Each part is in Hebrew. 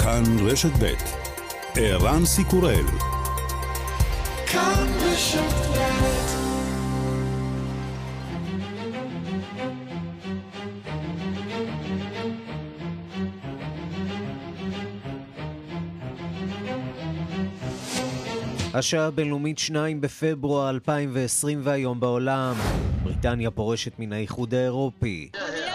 כאן רשת ב' ערן סיקורל. כאן רשת ב'. השעה הבינלאומית 2 בפברואר 2020 והיום בעולם. בריטניה פורשת מן האיחוד האירופי.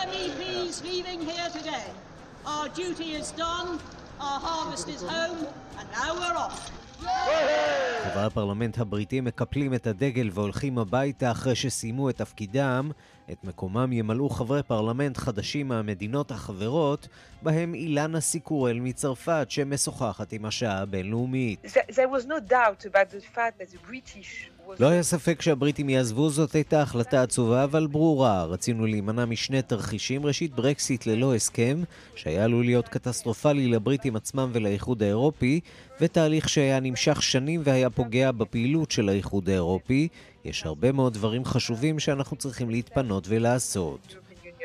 Our duty is done, our harvest is home, and now we're off. חברי הפרלמנט הבריטי מקפלים את הדגל והולכים הביתה אחרי שסיימו את תפקידם. את מקומם ימלאו חברי פרלמנט חדשים מהמדינות החברות, בהם אילנה סיקורל מצרפת שמשוחחת עם השעה הבינלאומית. There was no doubt about the fact that the British לא היה ספק שהבריטים יעזבו, זאת הייתה החלטה עצובה אבל ברורה. רצינו להימנע משני תרחישים. ראשית, ברקסיט ללא הסכם, שהיה עלול להיות קטסטרופלי לבריטים עצמם ולאיחוד האירופי, ותהליך שהיה נמשך שנים והיה פוגע בפעילות של האיחוד האירופי. יש הרבה מאוד דברים חשובים שאנחנו צריכים להתפנות ולעשות.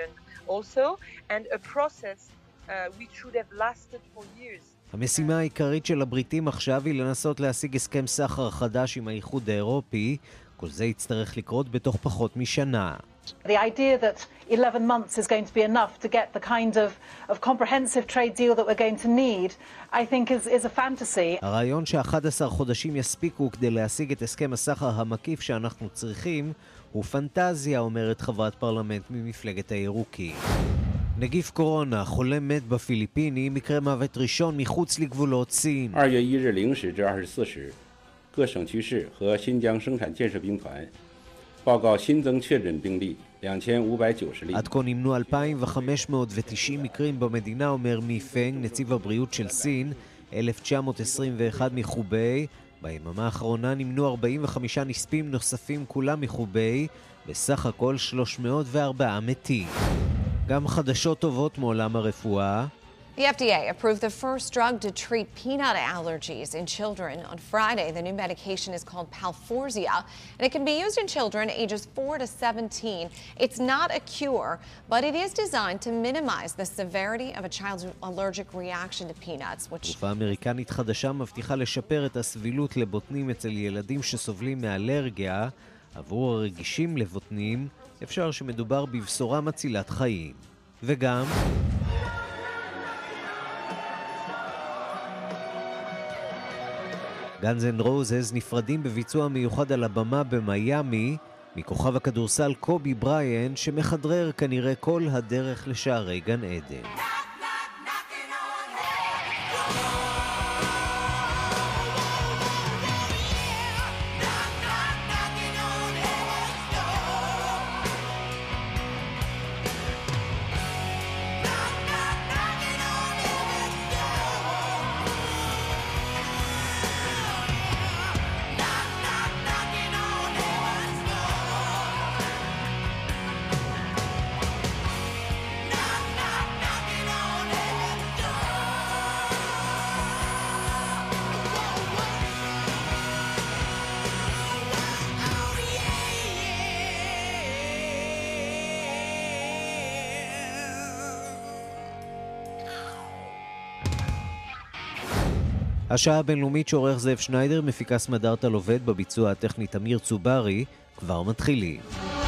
המשימה העיקרית של הבריטים עכשיו היא לנסות להשיג הסכם סחר חדש עם האיחוד האירופי. כל זה יצטרך לקרות בתוך פחות משנה. The idea that 11 months is going to be enough to get the kind of comprehensive trade deal that we're going to need, I think is a fantasy. הרעיון ש11 חודשים יספיקו כדי להשיג את הסכם הסחר המקיף שאנחנו צריכים הוא פנטזיה, אומרת חברת פרלמנט ממפלגת הירוקים. נגיף קורונה, חולה מת בפיליפינים, מקרה מוות ראשון מחוץ לגבולות סין. 2月1日0时至24时，各省区市和新疆生产建设兵团报告新增确诊病例2590例。 עד כה נמנו 2,590 מקרים במדינה, אומר מי פנג, נציב הבריאות של סין. 1921 מחובי. ביממה האחרונה נמנו 45 נספים נוספים, כולם מחובי. בסך הכל 304 מתים. גם חדשות טובות מעולם הרפואה. The FDA approved the first drug to treat peanut allergies in children. On Friday, the new medication is called Palforzia, and it can be used in children ages 4 to 17. It's not a cure, but it is designed to minimize the severity of a child's allergic reaction to peanuts, which... תרופה אמריקנית חדשה מבטיחה לשפר את הסבילות לבוטנים אצל ילדים שסובלים מאלרגיה. עבור הרגישים לבוטנים, אפשר שמדובר בבשורה מצילת חיים. וגם... גאנז אנד רוזז נפרדים בביצוע מיוחד על הבמה במיימי מכוכב הכדורסל קובי בריין, שמחדרר כנראה כל הדרך לשערי גן עדן. השעה הבינלאומית שעורך זאב שניידר, מפיקה סמדארטה לובד, בביצוע הטכני תמיר צוברי, כבר מתחילים.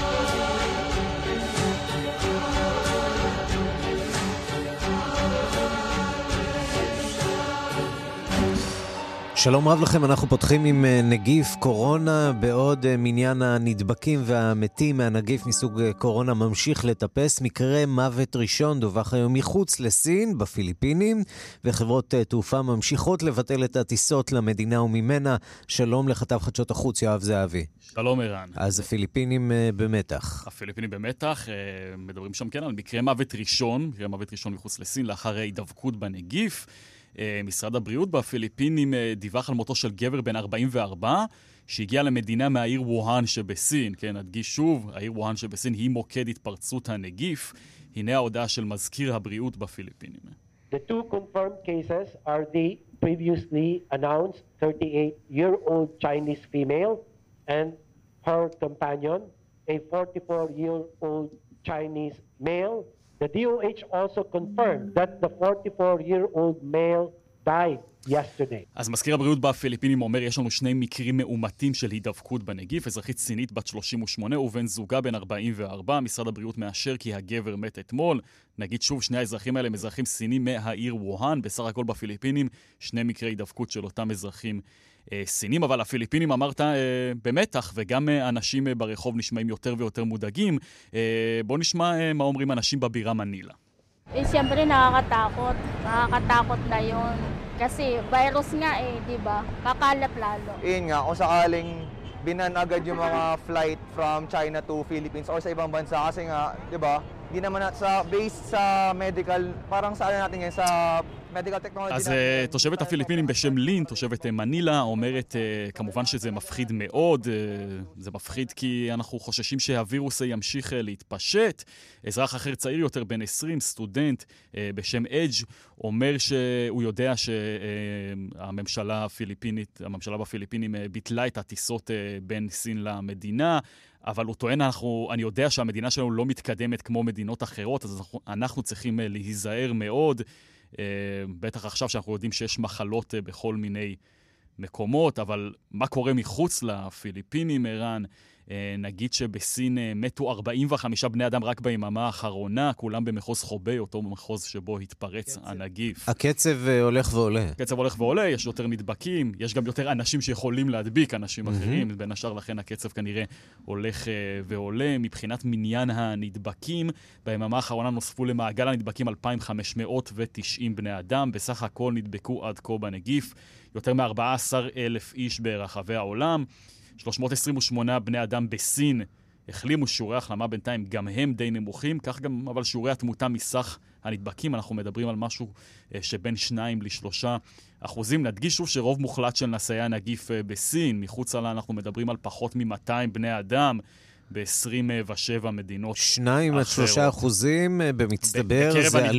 שלום רב לכם, אנחנו פותחים עם נגיף קורונה. בעוד מניין הנדבקים והמתים מהנגיף מסוג קורונה ממשיך לטפס, מקרה מוות ראשון דווח היום מחוץ לסין, בפיליפינים, וחברות תעופה ממשיכות לבטל את הטיסות למדינה וממנה. שלום לכתב חדשות החוץ יואב זהבי. שלום ערן. אז הפיליפינים במתח. הפיליפינים במתח, מדברים שם כן על מקרה מוות ראשון מחוץ לסין לאחר הידבקות בנגיף. משרד הבריאות בפיליפינים דיווח על מותו של גבר בן 44 שהגיע למדינה מהעיר ווהאן שבסין. כן, נדגיש שוב, העיר ווהאן שבסין היא מוקד התפרצות הנגיף. הנה ההודעה של מזכיר הבריאות בפיליפינים. The two confirmed cases are the previously announced 38-year-old Chinese female and her companion, a 44-year-old Chinese male. The DOH also confirmed that the 44-year-old male died yesterday. אז מזכיר הבריאות בפיליפינים אומר, יש לנו 2 מקרים מאומתים של הידבקות בנגיף, אזרחית סינית בת 38 ובן זוגה בן 44. משרד הבריאות מאשר כי הגבר מת אתמול. נגיד שוב, 2 האזרחים האלה הם אזרחים סינים מהעיר ווהאן. בסך הכל בפיליפינים 2 מקרי הידבקות של אותם אזרחים סינים, אבל הפיליפינים אמרת במתח, וגם אנשים ברחוב נשמעים יותר ויותר מודאגים. בוא נשמע מה אומרים אנשים בבירה מנילה. Siyempre nakakatakot na yun. Kasi virus nga di ba? Kakalat lalo. Yun nga, kung sakaling binan agad yung mga flight from China to Philippines or sa ibang bansa kasi nga, di ba? Di naman sa based sa medical, parang sa natin ngayon sa medical technology. אז תושבת הפיליפינים בשם לין, תושבת מנילה, אומרת כמובן שזה מפחיד מאוד, זה מפחיד כי אנחנו חוששים שהווירוס ימשיך להתפשט. אזרח אחר צעיר יותר, בן 20, סטודנט בשם אג', אומר שהוא יודע שהממשלה בפיליפינים ביטלה את הטיסות בין סין למדינה, אבל הוא טוען, אני יודע שהמדינה שלנו לא מתקדמת כמו מדינות אחרות, אז אנחנו צריכים להיזהר מאוד, בטח עכשיו שאנחנו יודעים שיש מחלות בכל מיני מקומות, אבל מה קורה מחוץ לפיליפינים, ערן? נגיד שבסין מתו 45 בני אדם רק ביממה האחרונה, כולם במחוז חובי, אותו מחוז שבו התפרץ הנגיף. הקצב הולך ועולה. הקצב הולך ועולה, יש יותר נדבקים, יש גם יותר אנשים שיכולים להדביק אנשים אחרים, בין השאר לכן הקצב כנראה הולך ועולה. מבחינת מניין הנדבקים, ביממה האחרונה נוספו למעגל הנדבקים 2,590 בני אדם, בסך הכל נדבקו עד כה בנגיף, יותר מ-14,000 איש ברחבי העולם. 328 בני אדם בסין החלימו, שיעורי החלמה בינתיים גם הם די נמוכים, כך גם אבל שיעורי התמותה מסך הנדבקים, אנחנו מדברים על משהו שבין 2-3%. נדגיש שוב שרוב מוחלט של נשאי הנגיף בסין, מחוץ לה אנחנו מדברים על פחות מ-200 בני אדם, ב-27 מדינות. 2-3% במצטבר,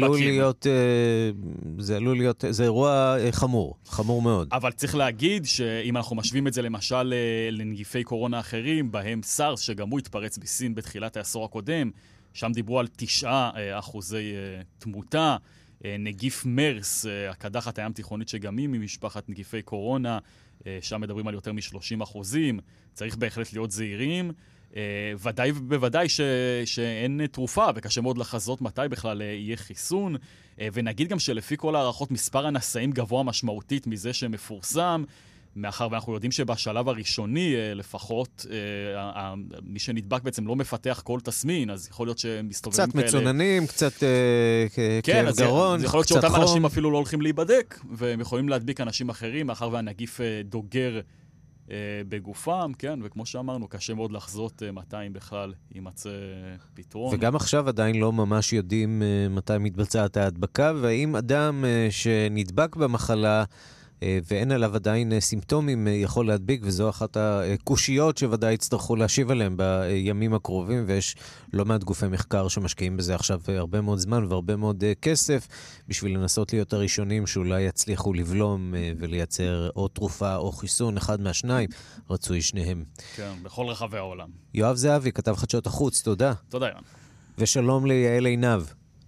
זה עלול להיות, זה אירוע חמור מאוד. אבל צריך להגיד שאם אנחנו משווים את זה למשל לנגיפי קורונה אחרים, בהם סארס, שגם הוא התפרץ בסין בתחילת העשור הקודם, שם דיברו על 9% תמותה. נגיף מרס, הקדחת הים תיכונית שגם היא ממשפחת נגיפי קורונה, שם מדברים על יותר מ-30%. צריך בהחלט להיות זהירים. ודאי בוודאי שאין תרופה, וקשה מאוד לחזות מתי בכלל יהיה חיסון, ונגיד גם שלפי כל הערכות מספר הנשאים גבוה משמעותית מזה שמפורסם, מאחר ואנחנו יודעים שבשלב הראשוני לפחות, מי שנדבק בעצם לא מפתח כל תסמין, אז יכול להיות שמסתובבים קצת מצוננים, קצת כאב גרון, זה יכול להיות שאותם אנשים אפילו לא הולכים להיבדק, והם יכולים להדביק אנשים אחרים, מאחר והנגיף דוגר בגופם, כן, וכמו שאמרנו, קשה מאוד לחזות מתי בכלל יימצא פתרון. וגם עכשיו עדיין לא ממש יודעים מתי מתבצעת ההדבקה, והאם אדם שנדבק במחלה ואין עליו עדיין סימפטומים יכול להדביק, וזו אחת הקושיות שוודאי יצטרכו להשיב עליהם בימים הקרובים, ויש לא מעט גופי מחקר שמשקיעים בזה עכשיו הרבה מאוד זמן והרבה מאוד כסף, בשביל לנסות להיות הראשונים שאולי יצליחו לבלום ולייצר או תרופה או חיסון, אחד מהשניים, רצוי שניהם. כן, בכל רחבי העולם. יואב זהבי, כתב חדשות החוץ, תודה. תודה, ירן. ושלום ליעל עינב.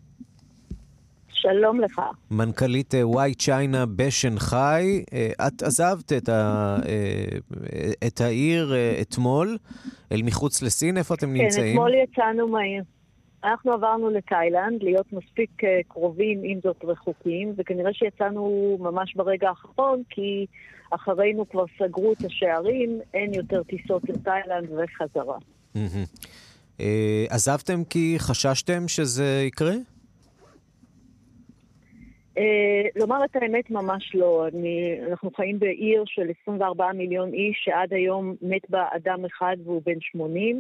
שלום לך. מנכ"לית וואי צ'יינה בשנגחאי, את עזבת את העיר אתמול, אל מחוץ לסין, איפה אתם נמצאים? כן, אתמול יצאנו מהעיר. אנחנו עברנו לתאילנד, להיות מספיק קרובים, עם זאת רחוקים, וכנראה שיצאנו ממש ברגע האחרון, כי אחרינו כבר סגרו את השערים, אין יותר טיסות לתאילנד וחזרה. עזבתם כי חששתם שזה יקרה? לומר את האמת ממש לא. אנחנו חיים בעיר של 24 מיליון איש, שעד היום מת בה אדם אחד והוא בן 80.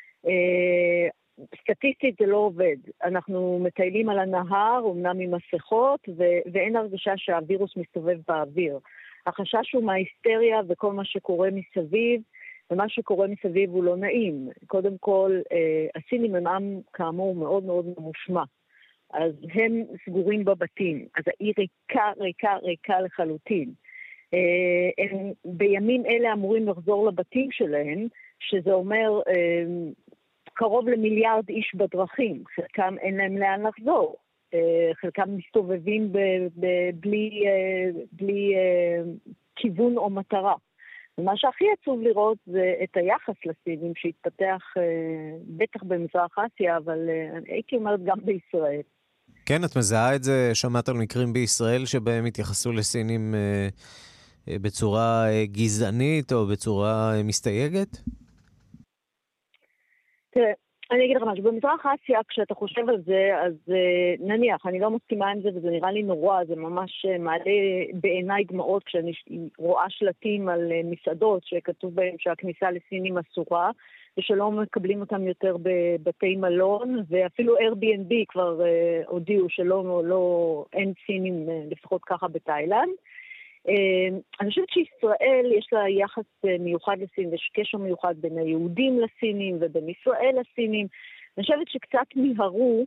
סטטיסטית זה לא עובד. אנחנו מטיילים על הנהר, אמנם עם מסכות, ואין הרגשה שהווירוס מסתובב באוויר. החשש הוא מההיסטריה וכל מה שקורה מסביב, ומה שקורה מסביב הוא לא נעים. קודם כל, הסינים הם עם כאמור מאוד מאוד ממושמע. אז הם סגורים בבתים, אז העיר ריקה לחלוטין. הם בימים אלה אמורים לחזור לבתים שלהם, שזה אומר קרוב ל1 מיליארד איש בדרכים, חלקם אין להם לאן לחזור. חלקם מסתובבים בלי כיוון או מטרה. ומה שהכי עצוב לראות זה את היחס לסינים שהתפתח בטח במזרח אסיה, אבל הייתי אומרת גם בישראל. כן, את מזהה את זה, שמעת על מקרים בישראל שבהם התייחסו לסינים בצורה גזענית או בצורה מסתייגת? תראה, אני אגיד לך משהו, במזרח אסיה, כשאתה חושב על זה, אז נניח, אני לא מסכימה עם זה, וזה נראה לי נורא, זה ממש מעלה בעיניי דמעות, כשאני רואה שלטים על מסעדות, שכתוב בהם שהכניסה לסינים אסורה, ושלא מקבלים אותם יותר בבתי מלון, ואפילו Airbnb כבר הודיעו אין סינים, לפחות ככה בתאילנד. אני חושבת שישראל יש לה יחס מיוחד לסין, יש קשר מיוחד בין היהודים לסינים ובין ישראל לסינים. אני חושבת שקצת מיהרו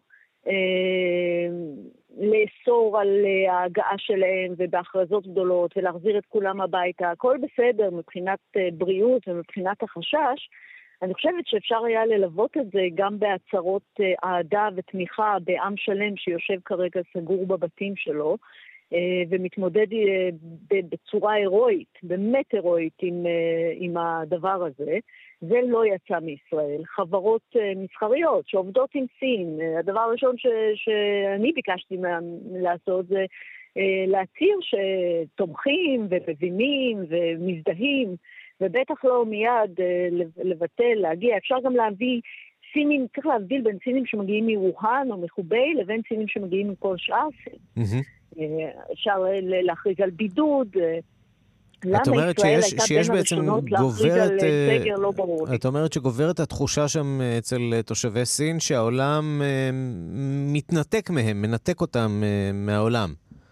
לאסור על ההגעה שלהם ובהכרזות גדולות ולהחזיר את כולם הביתה. הכל בסדר מבחינת בריאות ומבחינת החשש. אני חושבת שאפשר היה ללוות את זה גם בהצהרות אהדה ותמיכה בעם שלם שיושב כרגע סגור בבתים שלו, ומתמודד בצורה הירואית, באמת הירואית עם הדבר הזה. זה לא יצא מישראל. חברות מסחריות שעובדות עם סין, הדבר הראשון שאני ביקשתי לעשות זה להצהיר שתומכים ומבינים ומזדהים, ובטח לא מיד לבטל, להגיע. אפשר גם להביא סינים, צריך להבדיל בין סינים שמגיעים מרוהאן או מחובי, לבין סינים שמגיעים מכל שאר סין. אפשר להכריז על בידוד. את אומרת שיש בעצם גוברת, את אומרת שגוברת התחושה שם אצל תושבי סין שהעולם מתנתק מהם, מנתק אותם מהעולם.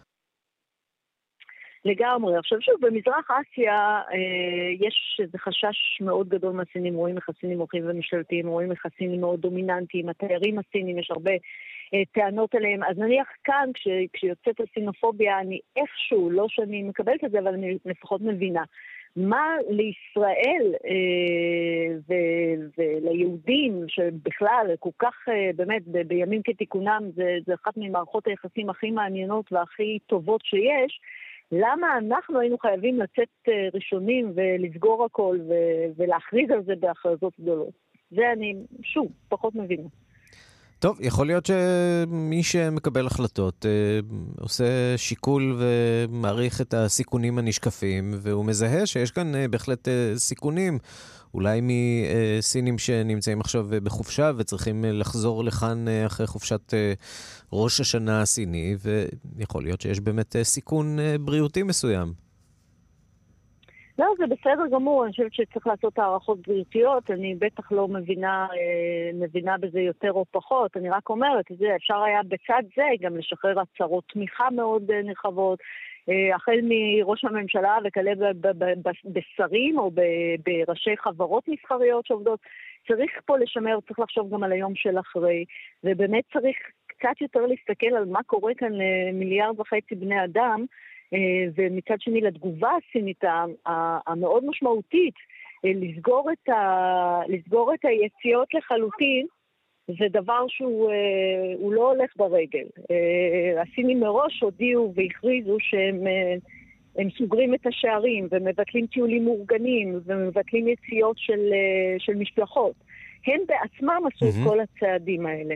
לגמרי. אני חושב שבמזרח אסיה יש איזה חשש מאוד גדול מהסינים, רואים איך הסינים הולכים ומשתלטים, רואים איך הסינים מאוד דומיננטיים, התיירים הסינים, יש הרבה טענות עליהם. אז נניח כאן, כשיוצאת הסינופוביה, אני איכשהו, לא שאני מקבלת את זה, אבל אני לפחות מבינה. מה לישראל וליהודים שבכלל כל כך באמת בימים כתיקונם זה אחת ממערכות היחסים הכי מעניינות והכי טובות שיש, למה אנחנו היינו חייבים לצאת ראשונים ולסגור הכל ולהכריז על זה בהכרזות גדולות? זה אני, שוב, פחות מבינה. טוב, יכול להיות שמי שמקבל החלטות עושה שיקול ומעריך את הסיכונים הנשקפים, והוא מזהה שיש כאן בהחלט סיכונים, אולי מסינים שנמצאים עכשיו בחופשה וצריכים לחזור לכאן אחרי חופשת ראש השנה הסיני, ויכול להיות שיש באמת סיכון בריאותי מסוים. לא, זה בסדר גמור, אני חושבת שצריך לעשות הערכות בריאותיות, אני בטח לא מבינה בזה יותר או פחות, אני רק אומרת, אפשר היה בצד זה גם לשחרר הצהרות תמיכה מאוד נרחבות, החל מראש הממשלה וכלה בשרים או בראשי חברות מסחריות שעובדות, צריך פה לשמר, צריך לחשוב גם על היום של אחרי, ובאמת צריך קצת יותר להסתכל על מה קורה כאן ל1.5 מיליארד בני אדם, ומצד שני לתגובה הסינית המאוד משמעותית, לסגור את היציאות לחלוטין, זה דבר שהוא לא הולך ברגל. הסינים מראש הודיעו והכריזו שהם סוגרים את השערים ומבטלים טיולים מאורגנים ומבטלים יציאות של משלחות. הם בעצמם עשו את כל הצעדים האלה.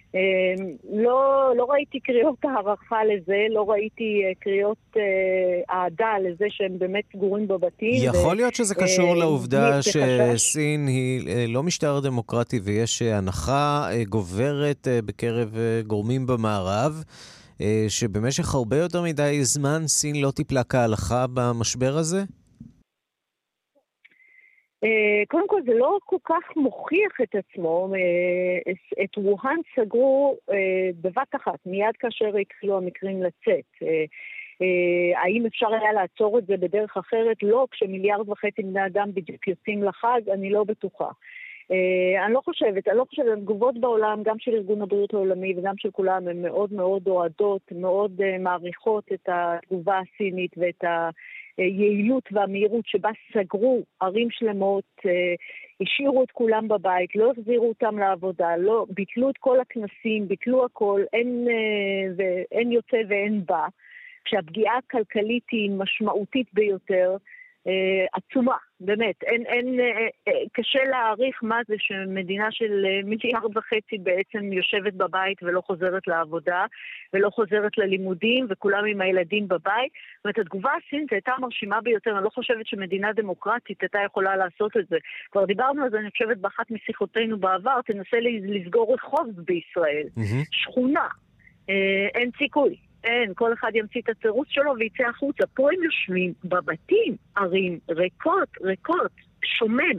לא ראיתי קריאות הערכה לזה, לא ראיתי קריאות אהדה לזה שהם באמת סגורים בבתים. יכול להיות שזה קשור לעובדה שסין היא לא משטר דמוקרטי ויש הנחה גוברת בקרב גורמים במערב, שבמשך הרבה יותר מדי זמן סין לא טיפלה כהלכה במשבר הזה? קודם כל זה לא כל כך מוכיח את עצמו, את רוהאן סגרו בבת אחת, מיד כאשר התחילו המקרים לצאת. האם אפשר היה לעצור את זה בדרך אחרת? לא, כש1.5 מיליארד בני אדם בדיוק יוצאים לחג, אני לא בטוחה. אני לא חושבת, התגובות בעולם, גם של ארגון הבריאות העולמי וגם של כולם, הן מאוד מאוד אוהדות, מאוד מעריכות את התגובה הסינית ואת היעילות והמהירות שבה סגרו ערים שלמות, השאירו את כולם בבית, לא החזירו אותם לעבודה, לא, ביטלו את כל הכנסים, ביטלו הכל, אין יוצא ואין בא. כשהפגיעה הכלכלית היא משמעותית ביותר, עצומה, באמת, קשה להעריך מה זה שמדינה של 1.5 מיליארד בעצם יושבת בבית ולא חוזרת לעבודה, ולא חוזרת ללימודים, וכולם עם הילדים בבית. זאת אומרת, התגובה הסינית הייתה מרשימה ביותר, אני לא חושבת שמדינה דמוקרטית הייתה יכולה לעשות את זה. כבר דיברנו על זה, אני חושבת, באחת משיחותינו בעבר, תנסה לסגור רחוב בישראל, שכונה, אין סיכוי. אין, כל אחד ימציא את הצירוץ שלו ויצא החוצה. פה הם יושבים בבתים, ערים ריקות, שומם.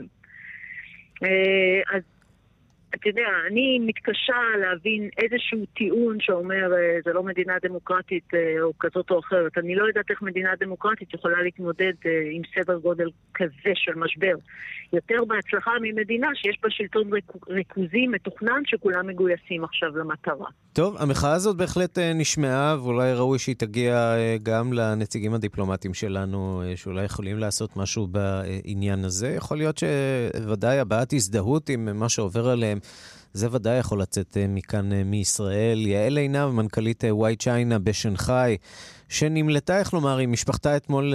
אז אתה יודע, אני מתקשה להבין איזשהו טיעון שאומר זה לא מדינה דמוקרטית או כזאת או אחרת. אני לא יודעת איך מדינה דמוקרטית יכולה להתמודד עם סדר גודל כזה של משבר. יותר בהצלחה ממדינה שיש בה שלטון ריכוזי מתוכנן שכולם מגויסים עכשיו למטרה. טוב, המחאה הזאת בהחלט נשמעה, ואולי ראוי שהיא תגיע גם לנציגים הדיפלומטיים שלנו, שאולי יכולים לעשות משהו בעניין הזה. יכול להיות שוודאי הבעת הזדהות עם מה שעובר עליהם, זה ודאי יכול לצאת מכאן מישראל. יעל עינב, מנכ"לית וואי צ'יינה בשנגחאי, שנמלטה, איך לומר, עם משפחתה אתמול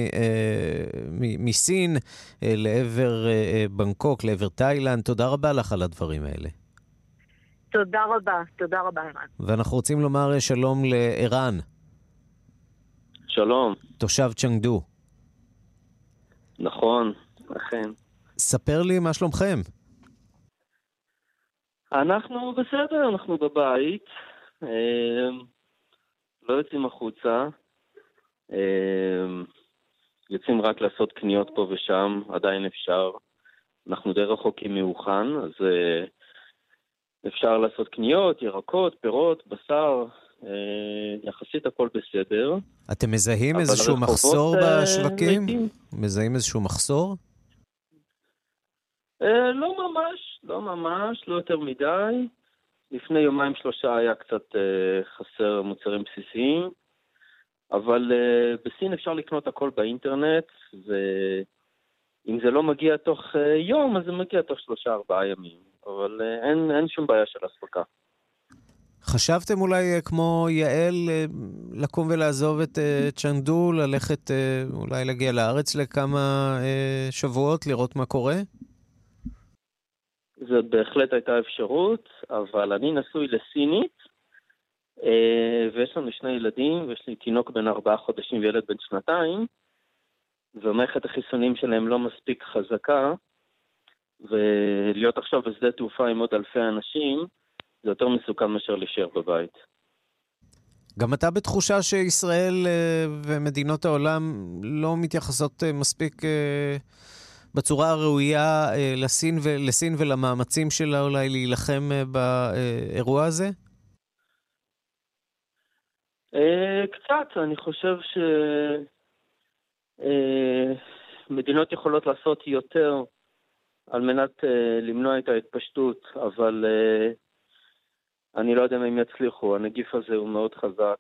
מסין לעבר בנקוק, לעבר תאילנד. תודה רבה לך על הדברים האלה. תודה רבה, ערן. ואנחנו רוצים לומר שלום לערן. שלום. תושב צ'נגדו. נכון, אכן. ספר לי מה שלומכם. אנחנו בסדר, אנחנו בבית. לא יוצאים החוצה. יוצאים רק לעשות קניות פה ושם, עדיין אפשר. אנחנו די רחוקים מאוחן, אז אפשר לעשות קניות, ירקות, פירות, בשר, יחסית הכל בסדר. אתם מזהים איזשהו מחסור בשווקים? מזהים איזשהו מחסור? לא ממש, לא יותר מדי. לפני 2-3 היה קצת חסר מוצרים בסיסיים, אבל בסין אפשר לקנות הכל באינטרנט, ואם זה לא מגיע תוך יום, אז זה מגיע תוך 3-4 ימים. אבל אין שום בעיה של הספקה. חשבתם אולי כמו יעל לקום ולעזוב את צ'נגדו, ללכת אולי להגיע לארץ לכמה שבועות, לראות מה קורה? זאת בהחלט הייתה אפשרות, אבל אני נשוי לסינית, ויש לנו 2 ילדים, ויש לי תינוק בן 4 חודשים וילד בן 2, ומערכת החיסונים שלהם לא מספיק חזקה, ולהיות עכשיו בשדה תעופה עם עוד אלפי אנשים, זה יותר מסוכן מאשר להישאר בבית. גם אתה בתחושה שישראל ומדינות העולם לא מתייחסות מספיק בצורה הראויה לסין ולמאמצים שלה אולי להילחם באירוע הזה? קצת, אני חושב שמדינות יכולות לעשות יותר על מנת למנוע את ההתפשטות, אבל אני לא יודע אם הם יצליחו. הנגיף הזה הוא מאוד חזק,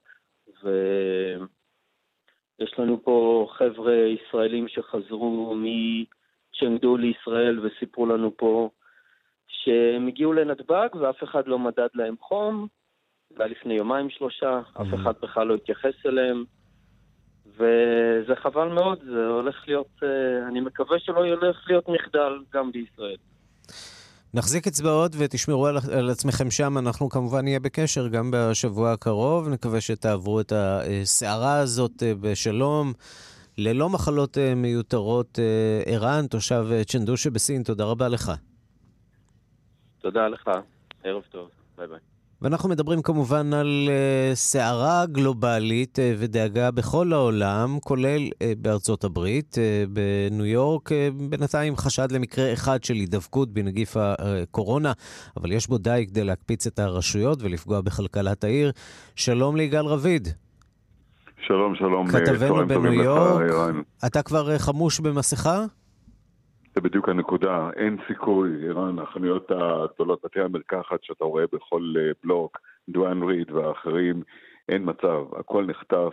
ויש לנו פה חבר'ה ישראלים שחזרו מצ'נגדו לישראל וסיפרו לנו פה שהם הגיעו לנתב"ג ואף אחד לא מדד להם חום, אולי לפני 2-3, אף אחד בכלל לא התייחס אליהם, וזה חבל מאוד. זה הולך להיות, אני מקווה שלא ילך להיות מחדל גם בישראל. נחזיק אצבעות ותשמרו על עצמכם שם. אנחנו כמובן נהיה בקשר גם בשבוע הקרוב. נקווה שתעברו את הסערה הזאת בשלום, ללא מחלות מיותרות. ערן, תושב צ'נגדו שבסין, תודה רבה לך. תודה לך, ערב טוב, ביי ביי. ואנחנו מדברים כמובן על סערה גלובלית ודאגה בכל העולם, כולל בארצות הברית. בניו יורק בינתיים חשד למקרה אחד של הידבקות בנגיף הקורונה, אבל יש בו די כדי להקפיץ את הרשויות ולפגוע בכלכלת העיר. שלום ליגאל רביד. שלום. כתבנו בניו יורק. אתה כבר חמוש במסכה? זה בדיוק הנקודה, אין סיכוי, ערן, החנויות הגדולות, בתי המרקחת שאתה רואה בכל בלוק, דואן ריד ואחרים, אין מצב, הכל נחטף,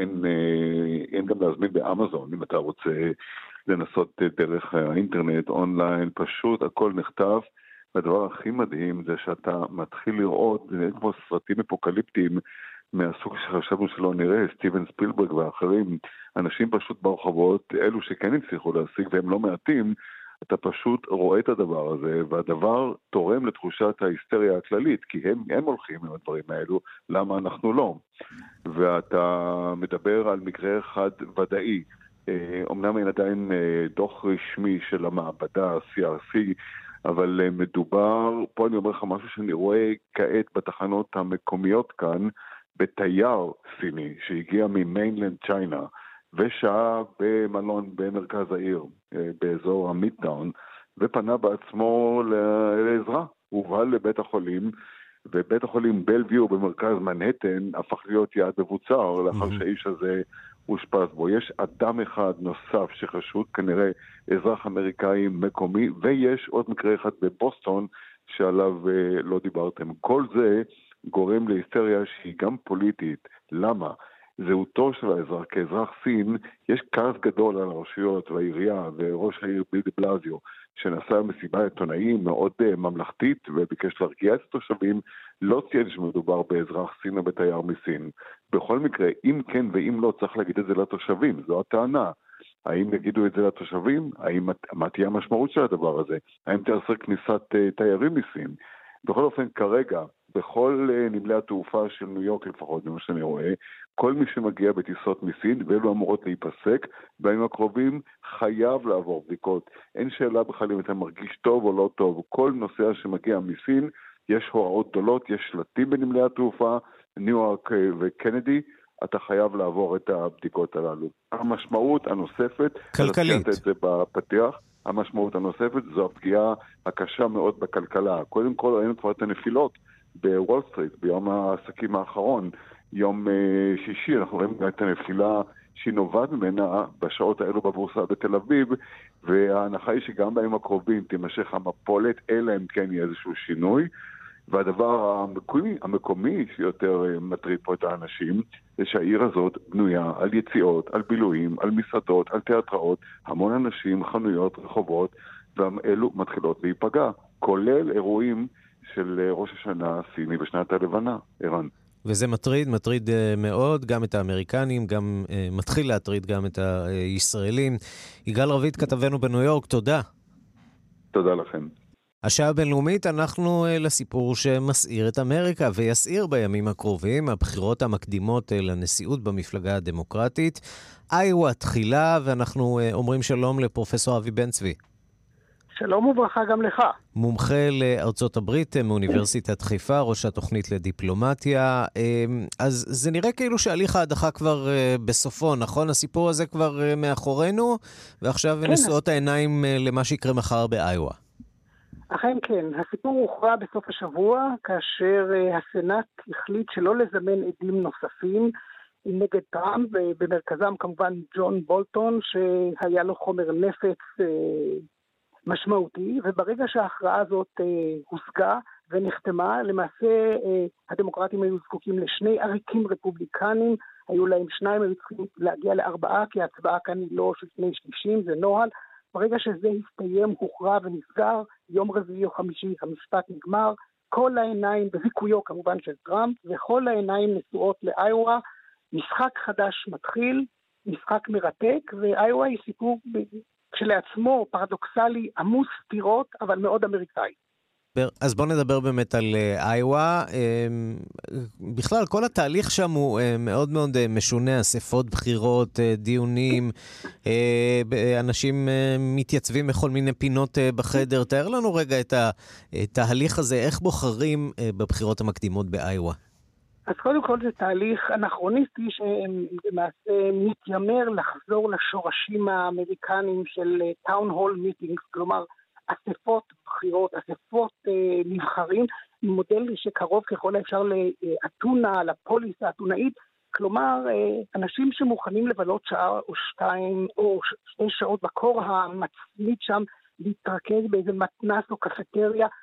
אין גם להזמין באמזון, אם אתה רוצה לנסות דרך האינטרנט, אונליין, פשוט הכל נחטף. והדבר הכי מדהים זה שאתה מתחיל לראות, זה כמו סרטים אפוקליפטיים מהסוג שחשבנו שלא נראה, סטיבן ספילברג ואחרים, אנשים פשוט ברחובות, אלו שכן הצליחו להשיג והם לא מעטים, אתה פשוט רואה את הדבר הזה, והדבר תורם לתחושת ההיסטריה הכללית, כי הם הולכים עם הדברים האלו, למה אנחנו לא? ואתה מדבר על מקרה אחד ודאי, אמנם אין עדיין דוח רשמי של המעבדה, CRC, אבל מדובר, פה אני אומר לך משהו שאני רואה כעת בתחנות המקומיות כאן, בתייר סיני שהגיע ממיינלנד צ'יינה, ושעה במלון במרכז העיר, באזור המידטאון, ופנה בעצמו לעזרה. הוא הובא לבית החולים, ובית החולים בלוויו במרכז מנהטן הפך להיות יעד מבוצר, לאחר שהאיש הזה הושפז בו. יש אדם אחד נוסף שחשוד, כנראה אזרח אמריקאי מקומי, ויש עוד מקרה אחד בבוסטון שעליו לא דיברתם. כל זה גורם להיסטריה שהיא גם פוליטית. למה? זהותו של האזרח, כאזרח סין, יש כעס גדול על הרשויות והעירייה וראש העיר ביל דה בלזיו, שנסע מסיבה עיתונאים מאוד ממלכתית וביקש להרגיע את התושבים, לא ציין שמדובר באזרח סין או בתייר מסין. בכל מקרה, אם כן ואם לא, צריך להגיד את זה לתושבים, זו הטענה. האם יגידו את זה לתושבים? מה תהיה המשמעות של הדבר הזה? האם תאסר כניסת תיירים מסין? בכל אופן, כרגע, בכל נמלי התעופה של ניו יורק לפחות, ממה שאני רואה, כל מי שמגיע בטיסות מסין, ואלו אמורות להיפסק, בימים הקרובים חייב לעבור בדיקות. אין שאלה בכלל אם אתה מרגיש טוב או לא טוב. כל נוסע שמגיע מסין, יש הוראות גדולות, יש שלטים בנמלי התעופה, ניו יורק וקנדי, אתה חייב לעבור את הבדיקות הללו. המשמעות הנוספת, כלכלית. את זה בפתיח, המשמעות הנוספת זו הפגיעה הקשה מאוד בכלכלה. קודם כל ראינו כבר את הנפילות בוול סטריט, ביום העסקים האחרון, יום שישי, אנחנו רואים את הנפילה שהיא נובעת ממנה בשעות האלו בבורסה בתל אביב, וההנחה היא שגם בימים הקרובים תימשך המפולת, אלא אם כן יהיה איזשהו שינוי. והדבר המקומי שיותר מטריד פה את האנשים, זה שהעיר הזאת בנויה על יציאות, על בילויים, על מסעדות, על תיאטראות, המון אנשים, חנויות, רחובות, ואלו מתחילות להיפגע, כולל אירועים של ראש השנה הסיני בשנת הלבנה, ערן. וזה מטריד מאוד, גם את האמריקנים, גם מתחיל להטריד גם את הישראלים. יגאל רביד, כתבנו בניו יורק, תודה. תודה לכם. השעה הבינלאומית, אנחנו לסיפור שמסעיר את אמריקה ויסעיר בימים הקרובים, הבחירות המקדימות לנשיאות במפלגה הדמוקרטית. איווה תחילה, ואנחנו אומרים שלום לפרופסור אבי בן צבי. שלום וברכה גם לך. מומחה לארצות הברית מאוניברסיטת חיפה, ראש התוכנית לדיפלומטיה. אז זה נראה כאילו שהליך ההדחה כבר בסופו, נכון? הסיפור הזה כבר מאחורינו, ועכשיו כן. נשואות העיניים למה שיקרה מחר באיווה. אכן כן, הסיפור הוכרע בסוף השבוע, כאשר הסנאט החליט שלא לזמן עדים נוספים נגד טראמפ, ובמרכזם כמובן ג'ון בולטון, שהיה לו חומר נפץ משמעותי, וברגע שההכרעה הזאת הושגה ונחתמה, למעשה הדמוקרטים היו זקוקים לשני עריקים רפובליקנים, היו להם שניים, היו צריכים להגיע לארבעה, כי ההצבעה כאן היא לא של שני שלישים, זה נוהל. ברגע שזה הסתיים, הוכרע ונסגר, יום רביעי או חמישי המשפט נגמר, כל העיניים, בזיכויו כמובן של טראמפ, וכל העיניים נשואות לאיווה, משחק חדש מתחיל, משחק מרתק, ואיווה היא סיפור כשלעצמו פרדוקסלי, עמוס סתירות, אבל מאוד אמריקאי. אז בואו נדבר באמת על איווה. בכלל, כל התהליך שם הוא מאוד מאוד משונה, אספות בחירות, דיונים, אנשים מתייצבים בכל מיני פינות בחדר. תאר לנו רגע את התהליך הזה, איך בוחרים בבחירות המקדימות באיווה? אז קודם כל זה תהליך אנכרוניסטי שלמעשה מתיימר לחזור לשורשים האמריקנים של טאון הול מיטינגס, כלומר אספות בחירות, אספות נבחרים, מודל שקרוב ככל האפשר לאתונה, לפוליס האתונאית, כלומר אנשים שמוכנים לבלות שעה או שתיים או 2 שעות בקור המצמית שם, להתרכז באיזה מתנס או קפטריה,